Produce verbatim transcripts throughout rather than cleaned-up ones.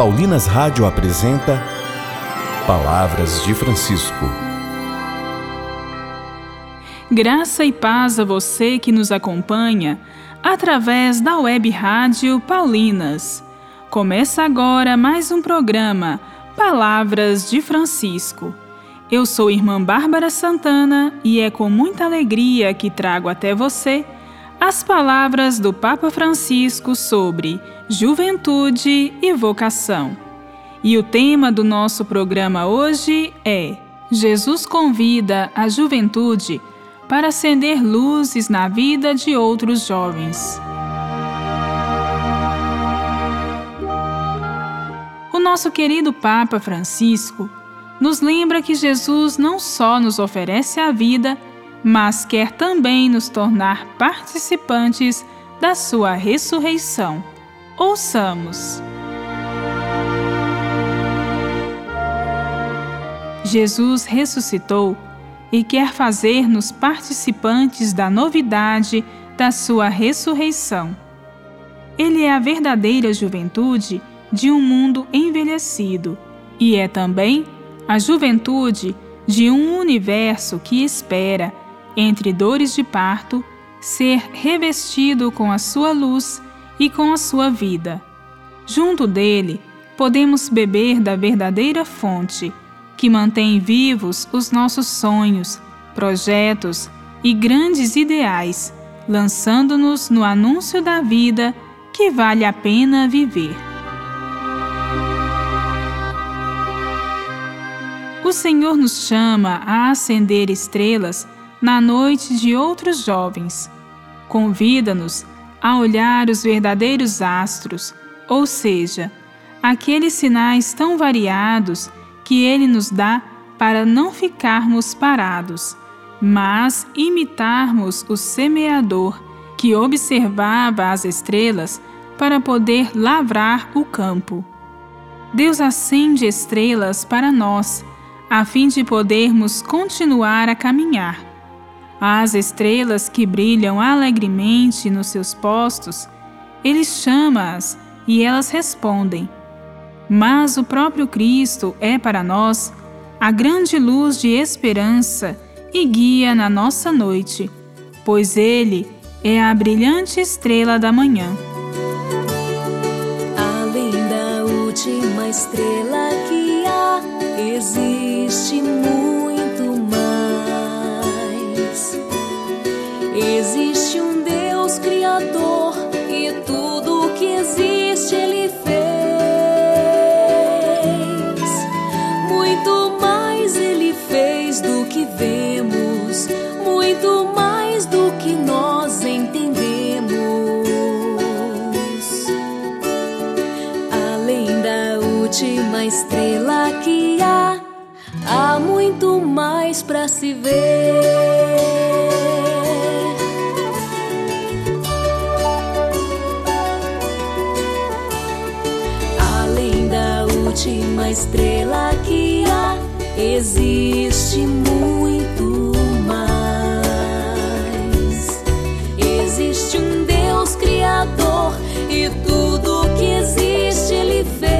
Paulinas Rádio apresenta Palavras de Francisco. Graça e paz a você que nos acompanha através da web rádio Paulinas. Começa agora mais um programa Palavras de Francisco. Eu sou irmã Bárbara Santana e é com muita alegria que trago até você as palavras do Papa Francisco sobre juventude e vocação. E o tema do nosso programa hoje é: Jesus convida a juventude para acender luzes na vida de outros jovens. O nosso querido Papa Francisco nos lembra que Jesus não só nos oferece a vida, mas quer também nos tornar participantes da sua ressurreição. Ouçamos. Jesus ressuscitou e quer fazer-nos participantes da novidade da sua ressurreição. Ele é a verdadeira juventude de um mundo envelhecido e é também a juventude de um universo que espera, entre dores de parto, ser revestido com a sua luz e com a sua vida. Junto dele, podemos beber da verdadeira fonte, que mantém vivos os nossos sonhos, projetos e grandes ideais, lançando-nos no anúncio da vida que vale a pena viver. O Senhor nos chama a acender estrelas na noite de outros jovens. Convida-nos a olhar os verdadeiros astros, ou seja, aqueles sinais tão variados que Ele nos dá para não ficarmos parados, mas imitarmos o semeador que observava as estrelas para poder lavrar o campo. Deus acende estrelas para nós, a fim de podermos continuar a caminhar. As estrelas que brilham alegremente nos seus postos, Ele chama-as e elas respondem. Mas o próprio Cristo é para nós a grande luz de esperança e guia na nossa noite, pois Ele é a brilhante estrela da manhã. Além da última estrela que há, existe muito mais. Existe um Deus Criador e tudo o que existe Ele fez. Muito mais Ele fez do que vemos, muito mais do que nós entendemos. Além da última estrela que há, há muito mais para se ver. Última estrela que há, existe muito mais. Existe um Deus Criador e tudo o que existe Ele fez.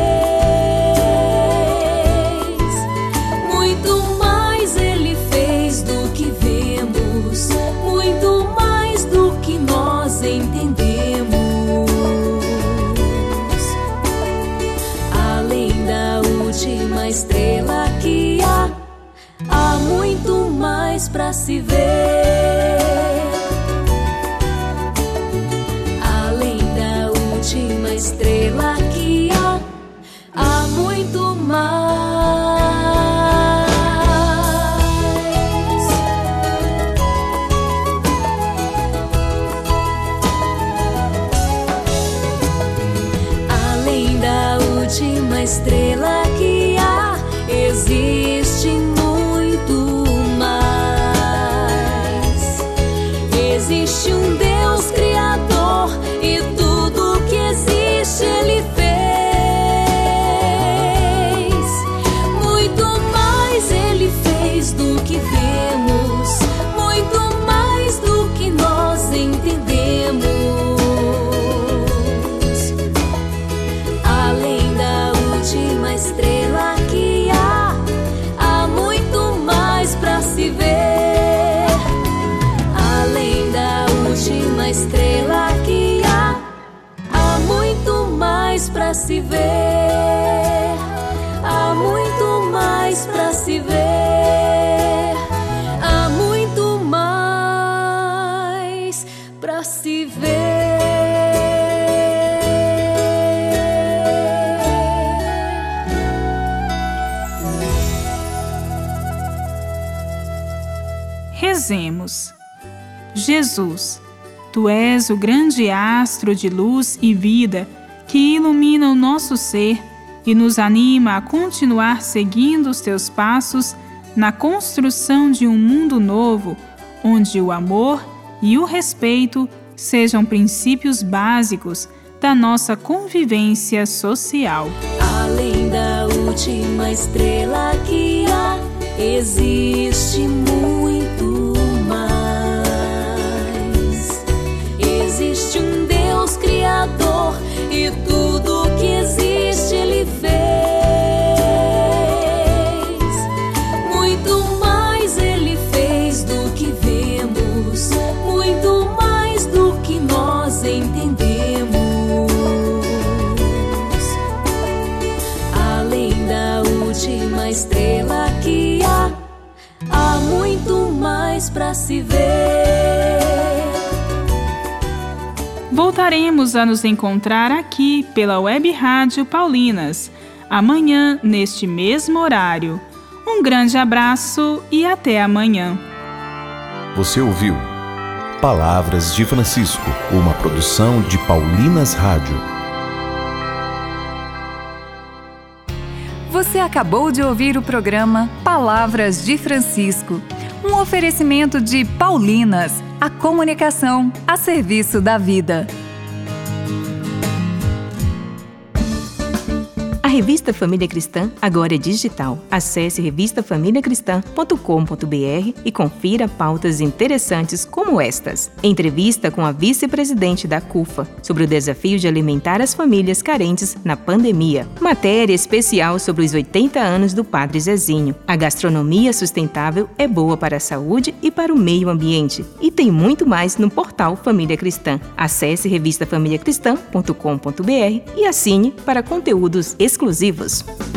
Muito mais Ele fez do que vemos, muito mais do que nós entendemos. Última estrela que há, há muito mais para se ver. Além da última estrela que há, há muito mais. Além da última estrela que há, existe muito mais. Existe um Deus Criador e tudo o que existe Ele fez. Muito mais Ele fez do que vemos, muito mais do que nós entendemos. Além da pra se ver, há muito mais pra se ver, há muito mais pra se ver. Rezemos. Jesus, Tu és o grande astro de luz e vida que ilumina o nosso ser e nos anima a continuar seguindo os Teus passos na construção de um mundo novo, onde o amor e o respeito sejam princípios básicos da nossa convivência social. Além da última estrela que há, existe muito mais. Existe um Deus Criador e tudo que existe Ele fez. Muito mais Ele fez do que vemos, muito mais do que nós entendemos. Além da última estrela que há, há muito mais pra se ver. Voltaremos a nos encontrar aqui pela Web Rádio Paulinas, amanhã, neste mesmo horário. Um grande abraço e até amanhã. Você ouviu Palavras de Francisco, uma produção de Paulinas Rádio. Você acabou de ouvir o programa Palavras de Francisco, um oferecimento de Paulinas, a comunicação a serviço da vida. A revista Família Cristã agora é digital. Acesse revista família cristã ponto com ponto b r e confira pautas interessantes como estas. Entrevista com a vice-presidente da CUFA sobre o desafio de alimentar as famílias carentes na pandemia. Matéria especial sobre os oitenta anos do Padre Zezinho. A gastronomia sustentável é boa para a saúde e para o meio ambiente. E tem muito mais no portal Família Cristã. Acesse revista família cristã ponto com ponto b r e assine para conteúdos exclusivos.